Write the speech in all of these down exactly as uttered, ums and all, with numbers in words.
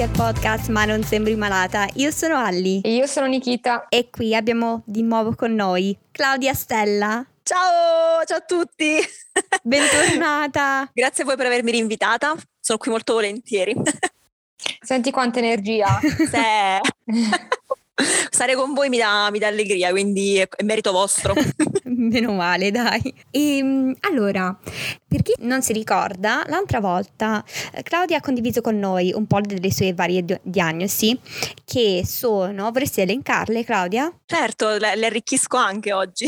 al podcast Ma non sembri malata. Io sono Alli. E io sono Nikita. E qui abbiamo di nuovo con noi Claudia Stella. Ciao, ciao a tutti. Bentornata. Grazie a voi per avermi rinvitata. Sono qui molto volentieri. Senti quanta energia. Se... Stare con voi mi dà, mi dà allegria, quindi è merito vostro. Meno male, dai. E, allora, per chi non si ricorda, l'altra volta Claudia ha condiviso con noi un po' delle sue varie di- diagnosi, che sono, vorresti elencarle, Claudia? Certo, le, le arricchisco anche oggi.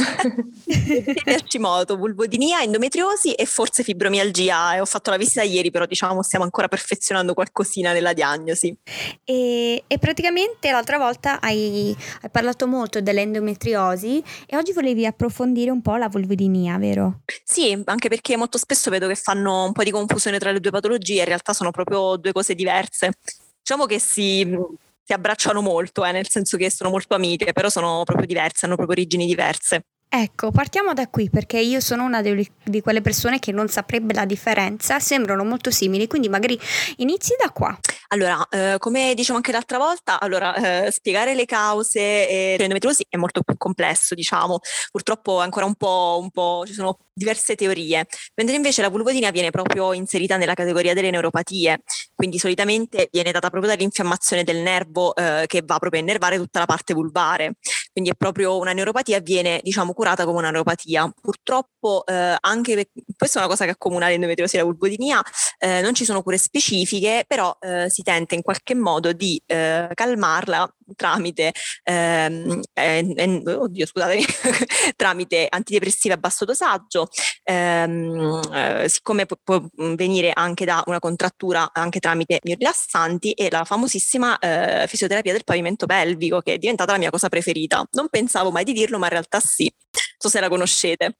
Hashimoto, vulvodinia, endometriosi e forse fibromialgia. E ho fatto la visita ieri, però diciamo stiamo ancora perfezionando qualcosina nella diagnosi. E, e praticamente l'altra volta hai, hai parlato molto dell'endometriosi e oggi volevi approfondire un po' la vulvodinia, vero? Sì, anche perché molto spesso vedo che fanno un po' di confusione tra le due patologie, in realtà sono proprio due cose diverse. Diciamo che si, si abbracciano molto, eh, nel senso che sono molto amiche, però sono proprio diverse, hanno proprio origini diverse. Ecco, partiamo da qui perché io sono una di, di quelle persone che non saprebbe la differenza, sembrano molto simili, quindi magari inizi da qua. Allora, eh, come diciamo anche l'altra volta, allora, eh, spiegare le cause e l'endometriosi è molto più complesso, diciamo, purtroppo ancora un po', un po' ci sono diverse teorie, mentre invece la vulvodinia viene proprio inserita nella categoria delle neuropatie, quindi solitamente viene data proprio dall'infiammazione del nervo eh, che va proprio a innervare tutta la parte vulvare, quindi è proprio una neuropatia e viene, diciamo, curata come una neuropatia. Purtroppo eh, anche per, questa è una cosa che accomuna l'endometriosi e la vulvodinia, eh, non ci sono cure specifiche, però eh, si tenta in qualche modo di eh, calmarla tramite ehm, eh, eh, oddio, scusatemi, tramite antidepressivi a basso dosaggio, ehm, eh, siccome può, può venire anche da una contrattura anche tramite rilassanti, e la famosissima eh, fisioterapia del pavimento pelvico, che è diventata la mia cosa preferita. Non pensavo mai di dirlo, ma in realtà sì. Non so se la conoscete.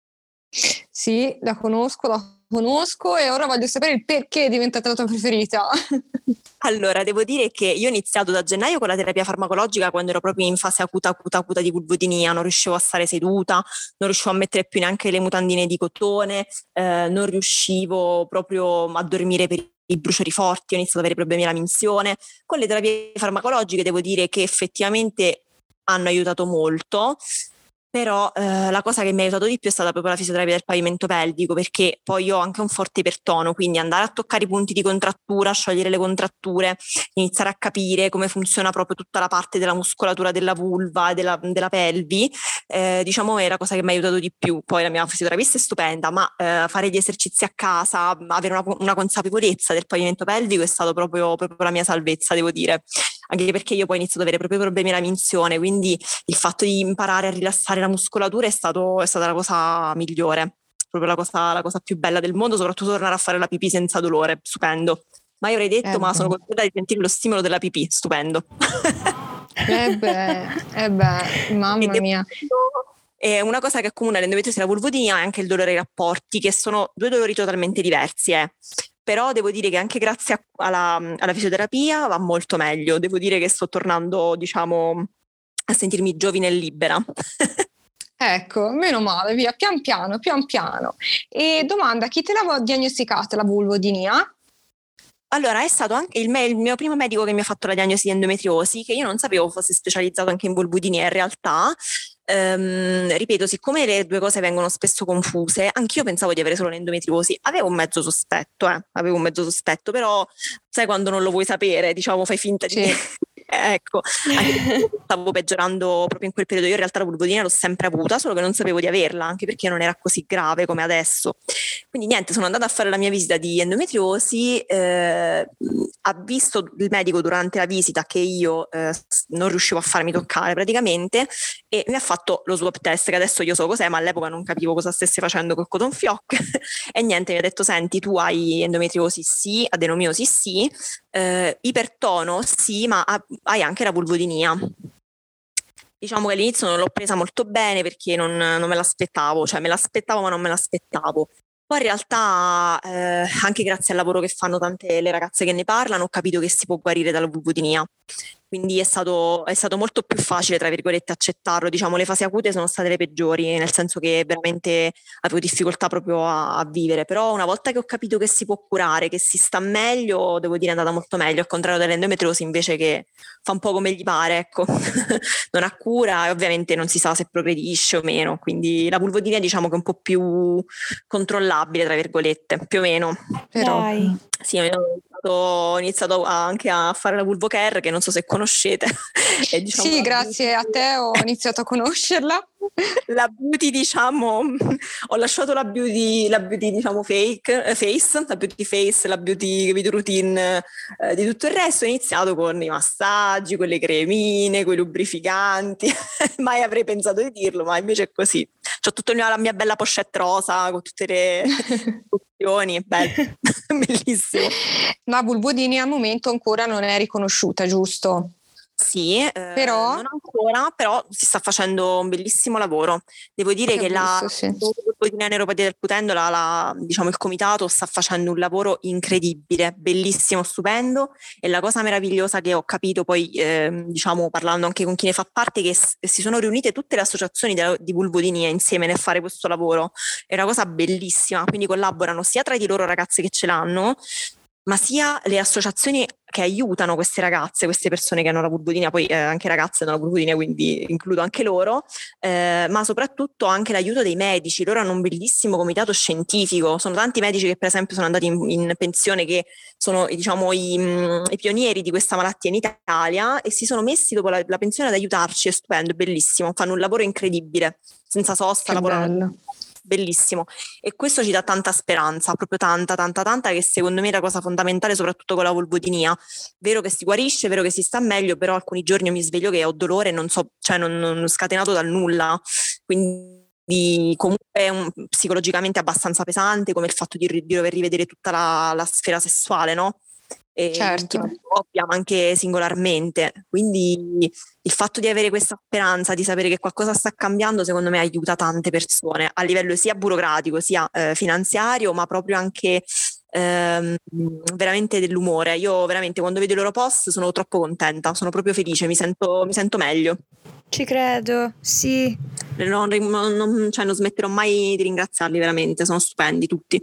Sì, la conosco, la conosco e ora voglio sapere il perché è diventata la tua preferita. Allora, devo dire che io ho iniziato da gennaio con la terapia farmacologica quando ero proprio in fase acuta, acuta, acuta di vulvodinia, non riuscivo a stare seduta, non riuscivo a mettere più neanche le mutandine di cotone, eh, non riuscivo proprio a dormire per i bruciori forti, ho iniziato ad avere problemi alla minzione. Con le terapie farmacologiche devo dire che effettivamente hanno aiutato molto. Però eh, la cosa che mi ha aiutato di più è stata proprio la fisioterapia del pavimento pelvico, perché poi io ho anche un forte ipertono, quindi andare a toccare i punti di contrattura, sciogliere le contratture, iniziare a capire come funziona proprio tutta la parte della muscolatura della vulva, della, della pelvi, eh, diciamo è la cosa che mi ha aiutato di più. Poi la mia fisioterapista è stupenda, ma eh, fare gli esercizi a casa, avere una, una consapevolezza del pavimento pelvico è stato proprio, proprio la mia salvezza, devo dire. Anche perché io poi ho iniziato ad avere proprio problemi alla minzione, quindi il fatto di imparare a rilassare la muscolatura è, stato, è stata la cosa migliore, proprio la cosa, la cosa più bella del mondo, soprattutto tornare a fare la pipì senza dolore, stupendo. Mai avrei detto, Eh ma beh. sono contenta di sentire lo stimolo della pipì, stupendo. Eh beh, eh beh, mamma mia. E una cosa che accomuna l'endometriosi e la vulvodinia è anche il dolore ai rapporti, che sono due dolori totalmente diversi, eh. Però devo dire che anche grazie a, alla, alla fisioterapia va molto meglio. Devo dire che sto tornando, diciamo, a sentirmi giovine e libera. Ecco, meno male, via, pian piano, pian piano. E domanda, chi te l'ha diagnosticata la vulvodinia? Allora, è stato anche il, me- il mio primo medico che mi ha fatto la diagnosi di endometriosi, che io non sapevo fosse specializzato anche in vulvodinia in realtà. Ehm, ripeto, siccome le due cose vengono spesso confuse, anch'io pensavo di avere solo l'endometriosi. Avevo un mezzo sospetto, eh, avevo un mezzo sospetto, però sai quando non lo vuoi sapere, diciamo, fai finta di... Sì. Ecco, anche perché stavo peggiorando proprio in quel periodo. Io in realtà la vulvodinia l'ho sempre avuta, solo che non sapevo di averla, anche perché non era così grave come adesso. Quindi niente, sono andata a fare la mia visita di endometriosi, eh, ha visto il medico durante la visita che io eh, non riuscivo a farmi toccare praticamente, e mi ha fatto lo swab test, che adesso io so cos'è, ma all'epoca non capivo cosa stesse facendo col cotton fioc. E niente, mi ha detto: senti, tu hai endometriosi sì, adenomiosi sì, eh, ipertono sì, ma hai anche la vulvodinia. Diciamo che all'inizio non l'ho presa molto bene perché non, non me l'aspettavo, cioè me l'aspettavo ma non me l'aspettavo. Poi in realtà eh, anche grazie al lavoro che fanno tante le ragazze che ne parlano ho capito che si può guarire dalla vulvodinia. quindi è stato, è stato molto più facile, tra virgolette, accettarlo. Diciamo, le fasi acute sono state le peggiori, nel senso che veramente avevo difficoltà proprio a, a vivere, però una volta che ho capito che si può curare, che si sta meglio, devo dire è andata molto meglio, al contrario dell'endometriosi invece che fa un po' come gli pare, ecco. Non ha cura e ovviamente non si sa se progredisce o meno, quindi la vulvodinia diciamo che è un po' più controllabile, tra virgolette, più o meno. Però Dai. Sì, ho iniziato, ho iniziato a- anche a fare la vulvocare, che non so se conoscete. È, diciamo, sì, la grazie a beauty- te ho iniziato a conoscerla. La beauty, diciamo, ho lasciato la beauty, la beauty diciamo fake, eh, face, la beauty face, la beauty, beauty routine eh, di tutto il resto. Ho iniziato con i massaggi, quelle cremine, quei lubrificanti. Mai avrei pensato di dirlo, ma invece è così. C'ho tutta la mia bella pochette rosa con tutte le opzioni, bello, bellissimo. La vulvodinia al momento ancora non è riconosciuta, giusto? Sì, eh, Però? non ancora, però si sta facendo un bellissimo lavoro. Devo dire Che ho che la visto, sì. Vulvodinia Neuropatia del Putendo, la, la- diciamo il comitato sta facendo un lavoro incredibile, bellissimo, stupendo, e la cosa meravigliosa che ho capito poi, ehm, diciamo parlando anche con chi ne fa parte, che s- si sono riunite tutte le associazioni della- di vulvodinia insieme nel fare questo lavoro. È una cosa bellissima, quindi collaborano sia tra di loro ragazze che ce l'hanno, ma sia le associazioni che aiutano queste ragazze, queste persone che hanno la vulvodinia, poi eh, anche ragazze hanno la vulvodinia, quindi includo anche loro, eh, ma soprattutto anche l'aiuto dei medici. Loro hanno un bellissimo comitato scientifico, sono tanti medici che per esempio sono andati in, in pensione, che sono diciamo i, mh, i pionieri di questa malattia in Italia, e si sono messi dopo la, la pensione ad aiutarci. È stupendo, è bellissimo, fanno un lavoro incredibile, senza sosta, Che lavorano. bello. Bellissimo, e questo ci dà tanta speranza, proprio tanta tanta tanta, che secondo me è la cosa fondamentale, soprattutto con la vulvodinia. Vero che si guarisce, vero che si sta meglio, però alcuni giorni io mi sveglio che ho dolore, non so, cioè non, non scatenato dal nulla, quindi comunque è un, psicologicamente abbastanza pesante, come il fatto di, ri- di dover rivedere tutta la, la sfera sessuale, no? E Certo. in coppia, ma anche singolarmente. Quindi il fatto di avere questa speranza, di sapere che qualcosa sta cambiando, secondo me aiuta tante persone a livello sia burocratico sia eh, finanziario, ma proprio anche ehm, veramente dell'umore. Io veramente quando vedo i loro post sono troppo contenta, sono proprio felice, mi sento, mi sento meglio. Ci credo, sì. Non, non- cioè, non smetterò mai di ringraziarli, veramente, sono stupendi tutti.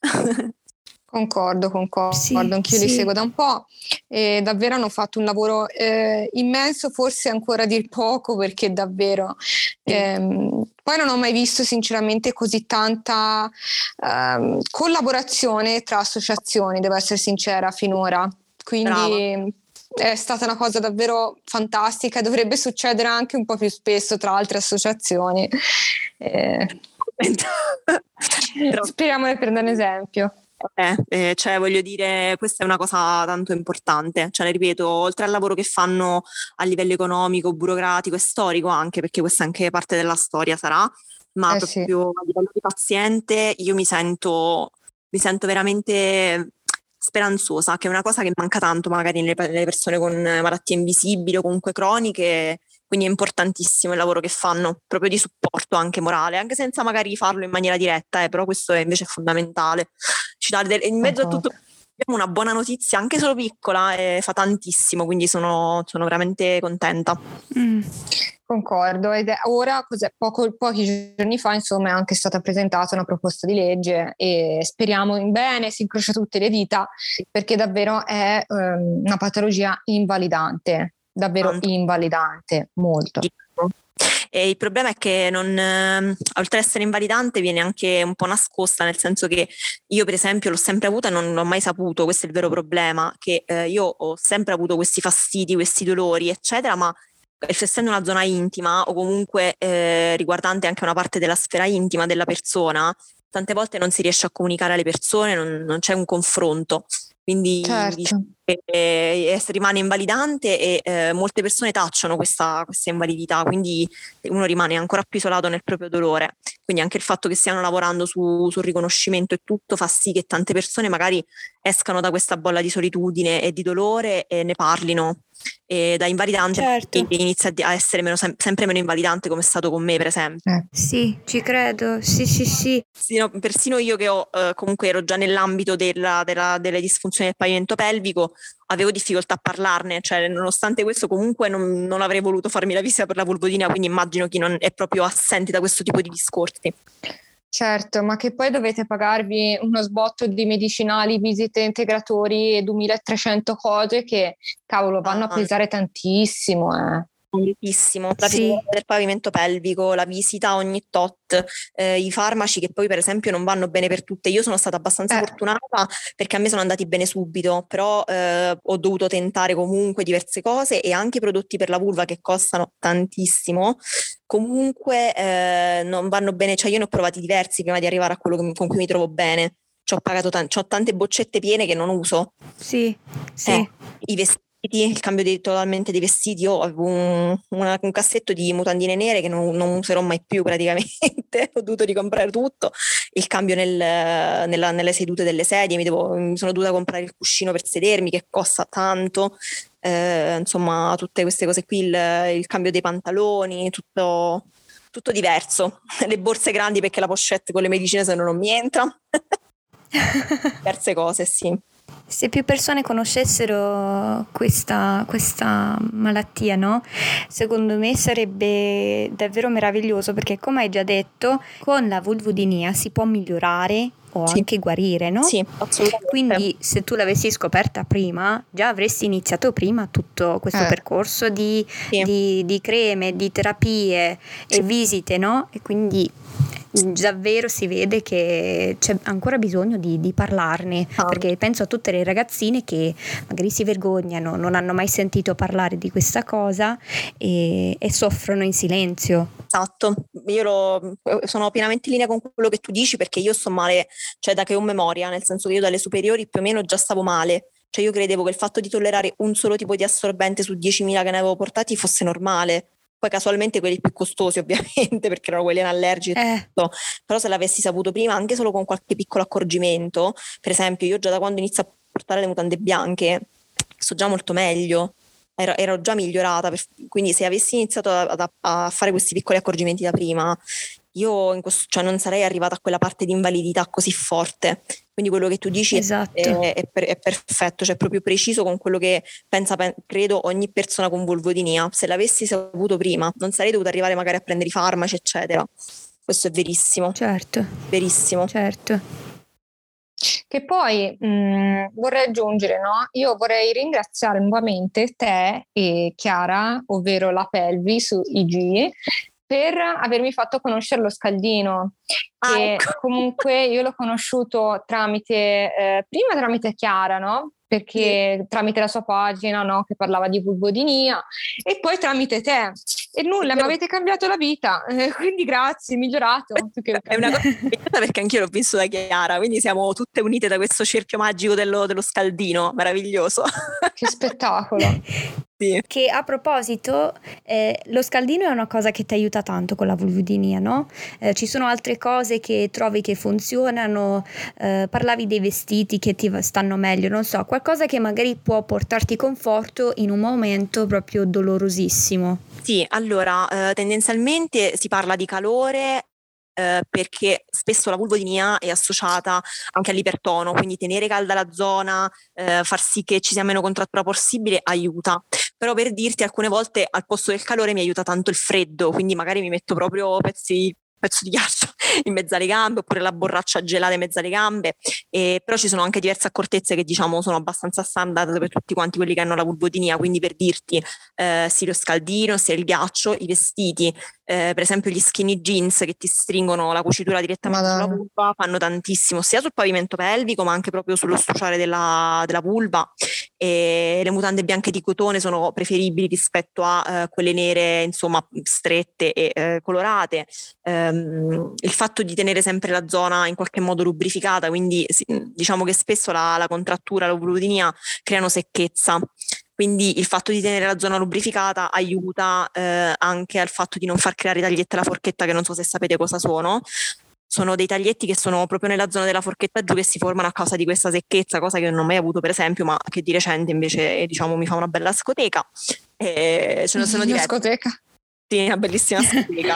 Concordo, concordo, Sì, anch'io li sì. seguo da un po' e davvero hanno fatto un lavoro eh, immenso, forse ancora a dir poco, perché davvero ehm, poi non ho mai visto sinceramente così tanta ehm, collaborazione tra associazioni, devo essere sincera, finora, quindi Brava. è stata una cosa davvero fantastica, dovrebbe succedere anche un po' più spesso tra altre associazioni. Eh, Però- speriamo di prendere un esempio. Eh, eh, cioè voglio dire, questa è una cosa tanto importante, cioè le ripeto, oltre al lavoro che fanno a livello economico, burocratico e storico anche, perché questa è anche parte della storia sarà, ma Eh sì. proprio a livello di paziente io mi sento, mi sento veramente speranzosa, che è una cosa che manca tanto magari nelle, nelle persone con malattie invisibili o comunque croniche. Quindi è importantissimo il lavoro che fanno, proprio di supporto anche morale, anche senza magari farlo in maniera diretta, eh, però questo è invece fondamentale. Ci dà del- in mezzo a tutto abbiamo una buona notizia, anche solo piccola, e fa tantissimo, quindi sono, sono veramente contenta. Mm. Concordo, ed è ora, cos'è, poco, pochi giorni fa, insomma, è anche stata presentata una proposta di legge e speriamo in bene, si incrocia tutte le dita, perché davvero è ehm, una patologia invalidante, davvero Tanto. invalidante, molto. E il problema è che non, eh, oltre ad essere invalidante viene anche un po' nascosta, nel senso che io per esempio l'ho sempre avuta e non l'ho mai saputo, questo è il vero problema, che eh, io ho sempre avuto questi fastidi, questi dolori eccetera, ma essendo una zona intima o comunque eh, riguardante anche una parte della sfera intima della persona, tante volte non si riesce a comunicare alle persone, non, non c'è un confronto. Quindi Certo. diciamo che eh, rimane invalidante e eh, molte persone tacciono questa, questa invalidità, quindi uno rimane ancora più isolato nel proprio dolore. Quindi anche il fatto che stiano lavorando su, sul riconoscimento e tutto fa sì che tante persone magari escano da questa bolla di solitudine e di dolore e ne parlino. e da invalidante Certo. inizia a essere meno, sem- sempre meno invalidante, come è stato con me per esempio. Eh. Sì, ci credo, sì sì sì. Sì, no, persino io che ho eh, comunque ero già nell'ambito della, della- delle disfunzioni del pavimento pelvico, avevo difficoltà a parlarne, cioè nonostante questo comunque non, non avrei voluto farmi la visita per la vulvodynia, quindi immagino chi non è proprio assente da questo tipo di discorsi. Certo, ma che poi dovete pagarvi uno sbotto di medicinali, visite integratori e duemilatrecento cose che, cavolo, vanno a Ah, pesare tantissimo, eh. tantissimo. La Sì. fisioterapia del pavimento pelvico, la visita ogni tot, eh, i farmaci che poi per esempio non vanno bene per tutte. Io sono stata abbastanza Eh. fortunata perché a me sono andati bene subito, però eh, ho dovuto tentare comunque diverse cose e anche i prodotti per la vulva che costano tantissimo. Comunque eh, non vanno bene, cioè io ne ho provati diversi prima di arrivare a quello che mi- con cui mi trovo bene. Ci ho pagato tan- c'ho tante boccette piene che non uso. Sì, sì. Eh, i vestiti, il cambio di, totalmente dei vestiti. Io avevo un, una- un cassetto di mutandine nere che non, non userò mai più praticamente. Ho dovuto ricomprare tutto. Il cambio nel- nella- nelle sedute delle sedie, mi, devo- mi sono dovuta comprare il cuscino per sedermi che costa tanto. Eh, insomma, tutte queste cose qui, il, il cambio dei pantaloni, tutto, tutto diverso. Le borse grandi perché la pochette con le medicine se no non mi entra. Diverse cose, sì. Se più persone conoscessero questa, questa malattia, no? Secondo me sarebbe davvero meraviglioso, perché come hai già detto, con la vulvodynia si può migliorare o Sì. anche guarire, no? Sì, assolutamente. Quindi se tu l'avessi scoperta prima, già avresti iniziato prima tutto questo Eh. percorso di, Sì. di, di creme, di terapie Sì. e visite, no? E quindi davvero si vede che c'è ancora bisogno di, di parlarne, Ah. perché penso a tutte le ragazzine che magari si vergognano, non hanno mai sentito parlare di questa cosa e, e soffrono in silenzio. Esatto, io lo- sono pienamente in linea con quello che tu dici, perché io sto male, cioè da che ho memoria, nel senso che io dalle superiori più o meno già stavo male, cioè io credevo che il fatto di tollerare un solo tipo di assorbente su diecimila che ne avevo portati fosse normale. Poi casualmente quelli più costosi ovviamente, perché erano quelli anallergici, Eh, però se l'avessi saputo prima, anche solo con qualche piccolo accorgimento, per esempio io già da quando inizio a portare le mutande bianche sto già molto meglio, ero, ero già migliorata, per- quindi se avessi iniziato a, a- a fare questi piccoli accorgimenti da prima, io in questo- cioè non sarei arrivata a quella parte di invalidità così forte. Quindi quello che tu dici è- esatto. è, è per- è perfetto, cioè proprio preciso con quello che pensa, pen- credo, ogni persona con vulvodynia. Se l'avessi saputo prima, non sarei dovuta arrivare magari a prendere i farmaci, eccetera. Questo è verissimo, Certo, verissimo. certo. Che poi mh, vorrei aggiungere, no? Io vorrei ringraziare nuovamente te e Chiara, ovvero la Pelvi su I G, per avermi fatto conoscere lo scaldino, Ah, che ecco. comunque io l'ho conosciuto tramite, eh, prima tramite Chiara, no? Perché tramite la sua pagina, no? Che parlava di vulvodynia, e poi tramite te. E nulla, mi avete cambiato la vita, eh, quindi grazie, migliorato. più che È una cosa meravigliosa perché anch'io l'ho visto da Chiara, quindi siamo tutte unite da questo cerchio magico dello, dello scaldino, meraviglioso. Che spettacolo. Sì. Che a proposito, eh, lo scaldino è una cosa che ti aiuta tanto con la vulvodynia, no? Eh, ci sono altre cose che trovi che funzionano, eh, parlavi dei vestiti che ti stanno meglio, non so, qualcosa che magari può portarti conforto in un momento proprio dolorosissimo. Sì, allora, eh, tendenzialmente si parla di calore eh, perché spesso la vulvodynia è associata anche all'ipertono, quindi tenere calda la zona, eh, far sì che ci sia meno contrattura possibile aiuta. Però per dirti, alcune volte al posto del calore mi aiuta tanto il freddo, quindi magari mi metto proprio pezzi pezzo di ghiaccio in mezzo alle gambe oppure la borraccia gelata in mezzo alle gambe, e, però ci sono anche diverse accortezze che diciamo sono abbastanza standard per tutti quanti quelli che hanno la vulvodynia, quindi per dirti eh, sì lo scaldino, sia il ghiaccio, i vestiti, eh, per esempio gli skinny jeans che ti stringono la cucitura direttamente Madonna. sulla vulva fanno tantissimo sia sul pavimento pelvico ma anche proprio sullo strusciare della, della vulva, e le mutande bianche di cotone sono preferibili rispetto a eh, quelle nere insomma strette e eh, colorate. Um, il fatto di tenere sempre la zona in qualche modo lubrificata, quindi diciamo che spesso la, la contrattura, la vulvodynia creano secchezza, quindi il fatto di tenere la zona lubrificata aiuta eh, anche al fatto di non far creare tagliette alla forchetta, che non so se sapete cosa sono. sono dei taglietti che sono proprio nella zona della forchetta giù, che si formano a causa di questa secchezza, cosa che non ho mai avuto per esempio, ma che di recente invece diciamo mi fa una bella scoteca. E ce ne sono Una diverse. scoteca. Sì, una bellissima scoteca.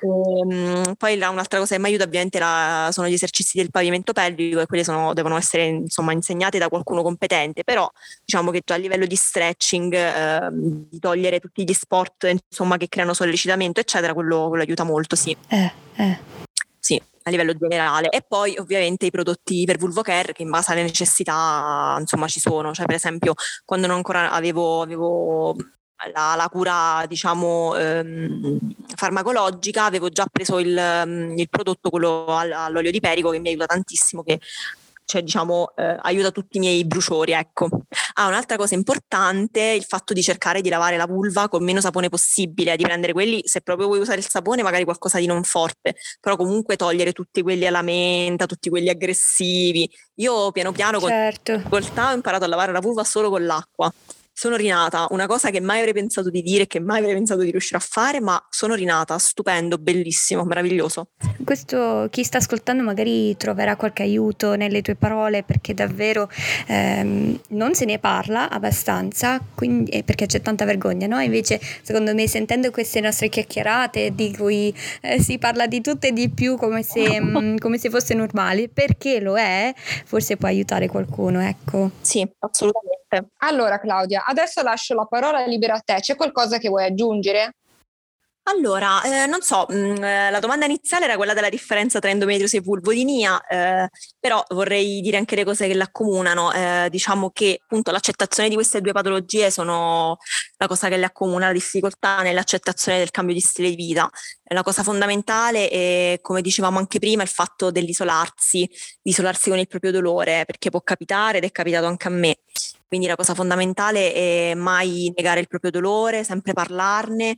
E, poi la, un'altra cosa che mi aiuta ovviamente la, sono gli esercizi del pavimento pelvico, e quelli sono, devono essere insomma insegnati da qualcuno competente, però diciamo che già a livello di stretching, eh, di togliere tutti gli sport insomma che creano sollecitamento eccetera, quello, quello aiuta molto, sì. Eh, eh. Sì, a livello generale. E poi ovviamente i prodotti per vulvo care che in base alle necessità insomma ci sono, cioè per esempio quando non ancora avevo, avevo La, la cura diciamo ehm, farmacologica, avevo già preso il, il prodotto quello all'olio di perico, che mi aiuta tantissimo, che cioè diciamo eh, aiuta tutti i miei bruciori, ecco. Ah, un'altra cosa importante, il fatto di cercare di lavare la vulva con meno sapone possibile, di prendere quelli, se proprio vuoi usare il sapone magari qualcosa di non forte, però comunque togliere tutti quelli alla menta, tutti quelli aggressivi. Io piano piano Certo. con difficoltà ho imparato a lavare la vulva solo con l'acqua. Sono rinata, una cosa che mai avrei pensato di dire, che mai avrei pensato di riuscire a fare, ma sono rinata, stupendo, bellissimo, meraviglioso. Questo chi sta ascoltando magari troverà qualche aiuto nelle tue parole, perché davvero ehm, non se ne parla abbastanza, quindi, eh, perché c'è tanta vergogna, no? Invece secondo me, sentendo queste nostre chiacchierate di cui eh, si parla di tutto e di più come se, mh, come se fosse normale, perché lo è, forse può aiutare qualcuno, ecco. Sì, assolutamente. Allora Claudia, adesso lascio la parola libera a te, c'è qualcosa che vuoi aggiungere? Allora, eh, non so, mh, la domanda iniziale era quella della differenza tra endometriosi e vulvodinia, eh, però vorrei dire anche le cose che l'accomunano. Eh, diciamo che appunto l'accettazione di queste due patologie sono la cosa che le accomuna, la difficoltà nell'accettazione del cambio di stile di vita. La cosa fondamentale è, come dicevamo anche prima, il fatto dell'isolarsi, di isolarsi con il proprio dolore, perché può capitare ed è capitato anche a me. Quindi la cosa fondamentale è mai negare il proprio dolore, sempre parlarne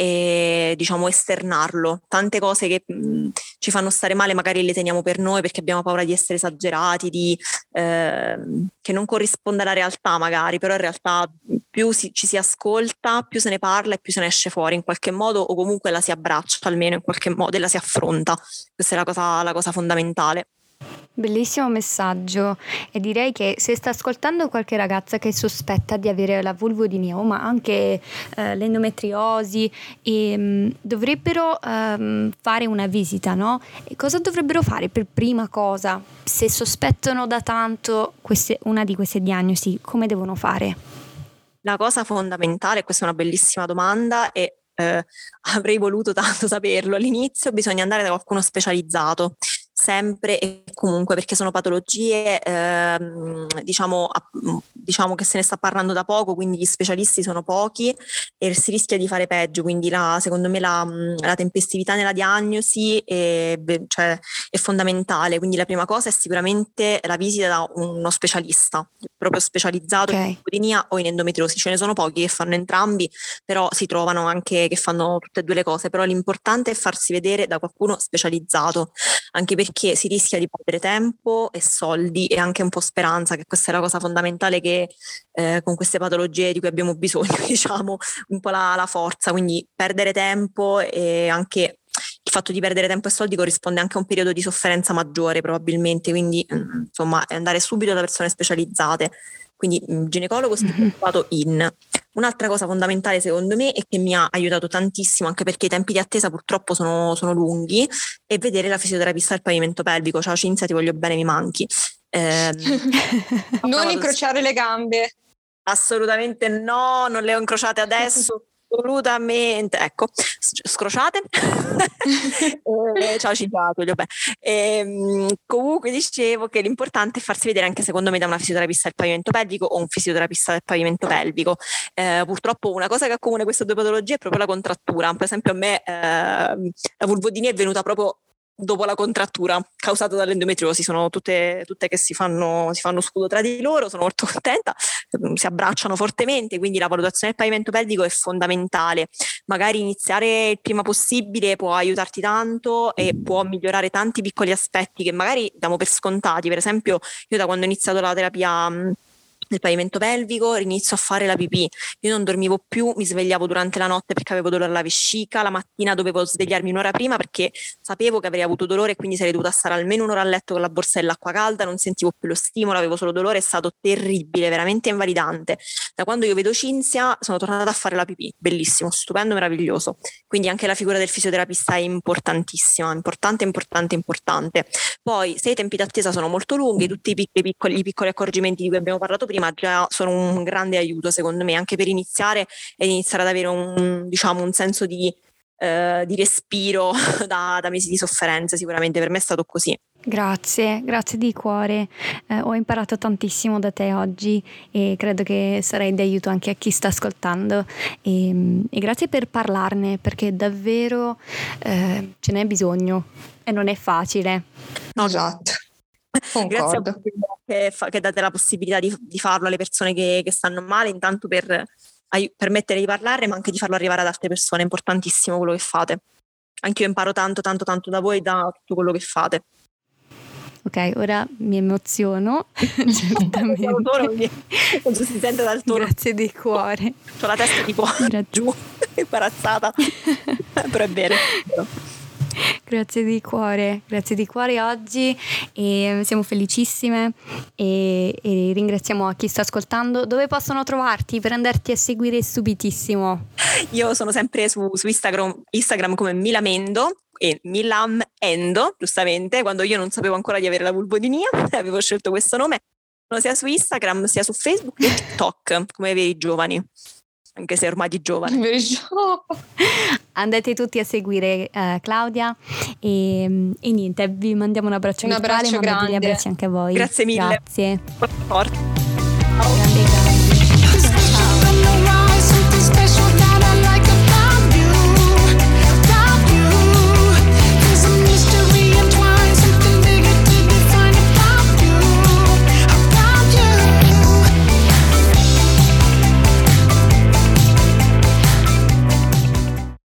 e diciamo esternarlo. Tante cose che mh, ci fanno stare male magari le teniamo per noi perché abbiamo paura di essere esagerati, di, eh, che non corrisponda alla realtà magari, però in realtà più si, ci si ascolta, più se ne parla e più se ne esce fuori in qualche modo, o comunque la si abbraccia almeno in qualche modo e la si affronta. Questa è la cosa, la cosa fondamentale. Bellissimo messaggio, e direi che se sta ascoltando qualche ragazza che sospetta di avere la vulvodinia, ma anche eh, l'endometriosi, e, mh, dovrebbero um, fare una visita, no? E cosa dovrebbero fare per prima cosa? Se sospettano da tanto queste, una di queste diagnosi, come devono fare? La cosa fondamentale, questa è una bellissima domanda e eh, avrei voluto tanto saperlo all'inizio, bisogna andare da qualcuno specializzato. Sempre e comunque, perché sono patologie ehm, diciamo, a, diciamo che se ne sta parlando da poco, quindi gli specialisti sono pochi e si rischia di fare peggio, quindi la, secondo me la, la tempestività nella diagnosi è, cioè, è fondamentale. Quindi la prima cosa è sicuramente la visita da uno specialista proprio specializzato, okay, in vulvodinia o in endometriosi. Ce ne sono pochi che fanno entrambi, però si trovano anche che fanno tutte e due le cose, però l'importante è farsi vedere da qualcuno specializzato, anche perché si rischia di perdere tempo e soldi e anche un po' speranza, che questa è la cosa fondamentale che eh, con queste patologie di cui abbiamo bisogno, diciamo, un po' la, la forza, quindi perdere tempo, e anche il fatto di perdere tempo e soldi corrisponde anche a un periodo di sofferenza maggiore probabilmente, quindi insomma andare subito da persone specializzate, quindi ginecologo specializzato in. Un'altra cosa fondamentale secondo me e che mi ha aiutato tantissimo, anche perché i tempi di attesa purtroppo sono, sono lunghi, è vedere la fisioterapista del pavimento pelvico. Ciao Cinzia, ti voglio bene, mi manchi. Eh, non incrociare le gambe. Assolutamente no, non le ho incrociate adesso. Assolutamente, ecco, scrociate. eh, ciao Cinzia, voglio bene. Eh, comunque dicevo che l'importante è farsi vedere anche secondo me da una fisioterapista del pavimento pelvico o un fisioterapista del pavimento pelvico. Eh, purtroppo una cosa che accomuna queste due patologie è proprio la contrattura. Per esempio a me eh, la vulvodinia è venuta proprio dopo la contrattura causata dall'endometriosi. Sono tutte, tutte che si fanno, si fanno scudo tra di loro, sono molto contenta, si abbracciano fortemente, quindi la valutazione del pavimento pelvico è fondamentale. Magari iniziare il prima possibile può aiutarti tanto e può migliorare tanti piccoli aspetti che magari diamo per scontati. Per esempio io da quando ho iniziato la terapia del pavimento pelvico, inizio a fare la pipì. Io non dormivo più, mi svegliavo durante la notte perché avevo dolore alla vescica, la mattina dovevo svegliarmi un'ora prima perché sapevo che avrei avuto dolore e quindi sarei dovuta stare almeno un'ora a letto con la borsa dell'acqua calda, non sentivo più lo stimolo, avevo solo dolore, è stato terribile, veramente invalidante. Da quando io vedo Cinzia sono tornata a fare la pipì, bellissimo, stupendo, meraviglioso. Quindi anche la figura del fisioterapista è importantissima, importante, importante, importante. Poi se i tempi d'attesa sono molto lunghi, tutti i piccoli, piccoli, i piccoli accorgimenti di cui abbiamo parlato prima già sono un grande aiuto secondo me, anche per iniziare ed iniziare ad avere un, diciamo, un senso di, eh, di respiro da, da mesi di sofferenze. Sicuramente per me è stato così. Grazie, grazie di cuore, eh, ho imparato tantissimo da te oggi e credo che sarai di aiuto anche a chi sta ascoltando e, e grazie per parlarne, perché davvero eh, ce n'è bisogno e non è facile. No, esatto. Grazie a voi che, fa, che date la possibilità di, di farlo alle persone che, che stanno male, intanto per ai, permettere di parlare, ma anche di farlo arrivare ad altre persone. È importantissimo quello che fate. Anche io imparo tanto tanto tanto da voi, da tutto quello che fate. Ok, ora mi emoziono. Certamente. Non si sente dal tono. Grazie di cuore. Ho la testa tipo giù, imbarazzata, però è vero. Grazie di cuore, grazie di cuore oggi e siamo felicissime e, e ringraziamo a chi sta ascoltando. Dove possono trovarti per andarti a seguire subitissimo? Io sono sempre su, su Instagram, Instagram come Milamendo e Milam Endo, giustamente, quando io non sapevo ancora di avere la vulvodinia, avevo scelto questo nome, sono sia su Instagram sia su Facebook e TikTok come veri giovani. Anche se ormai di giovane. Andate tutti a seguire uh, Claudia e, e niente, vi mandiamo un abbraccio un virtuale, abbraccio grande. Gli abbracci anche a voi. Grazie mille. Grazie. Forte. Ciao.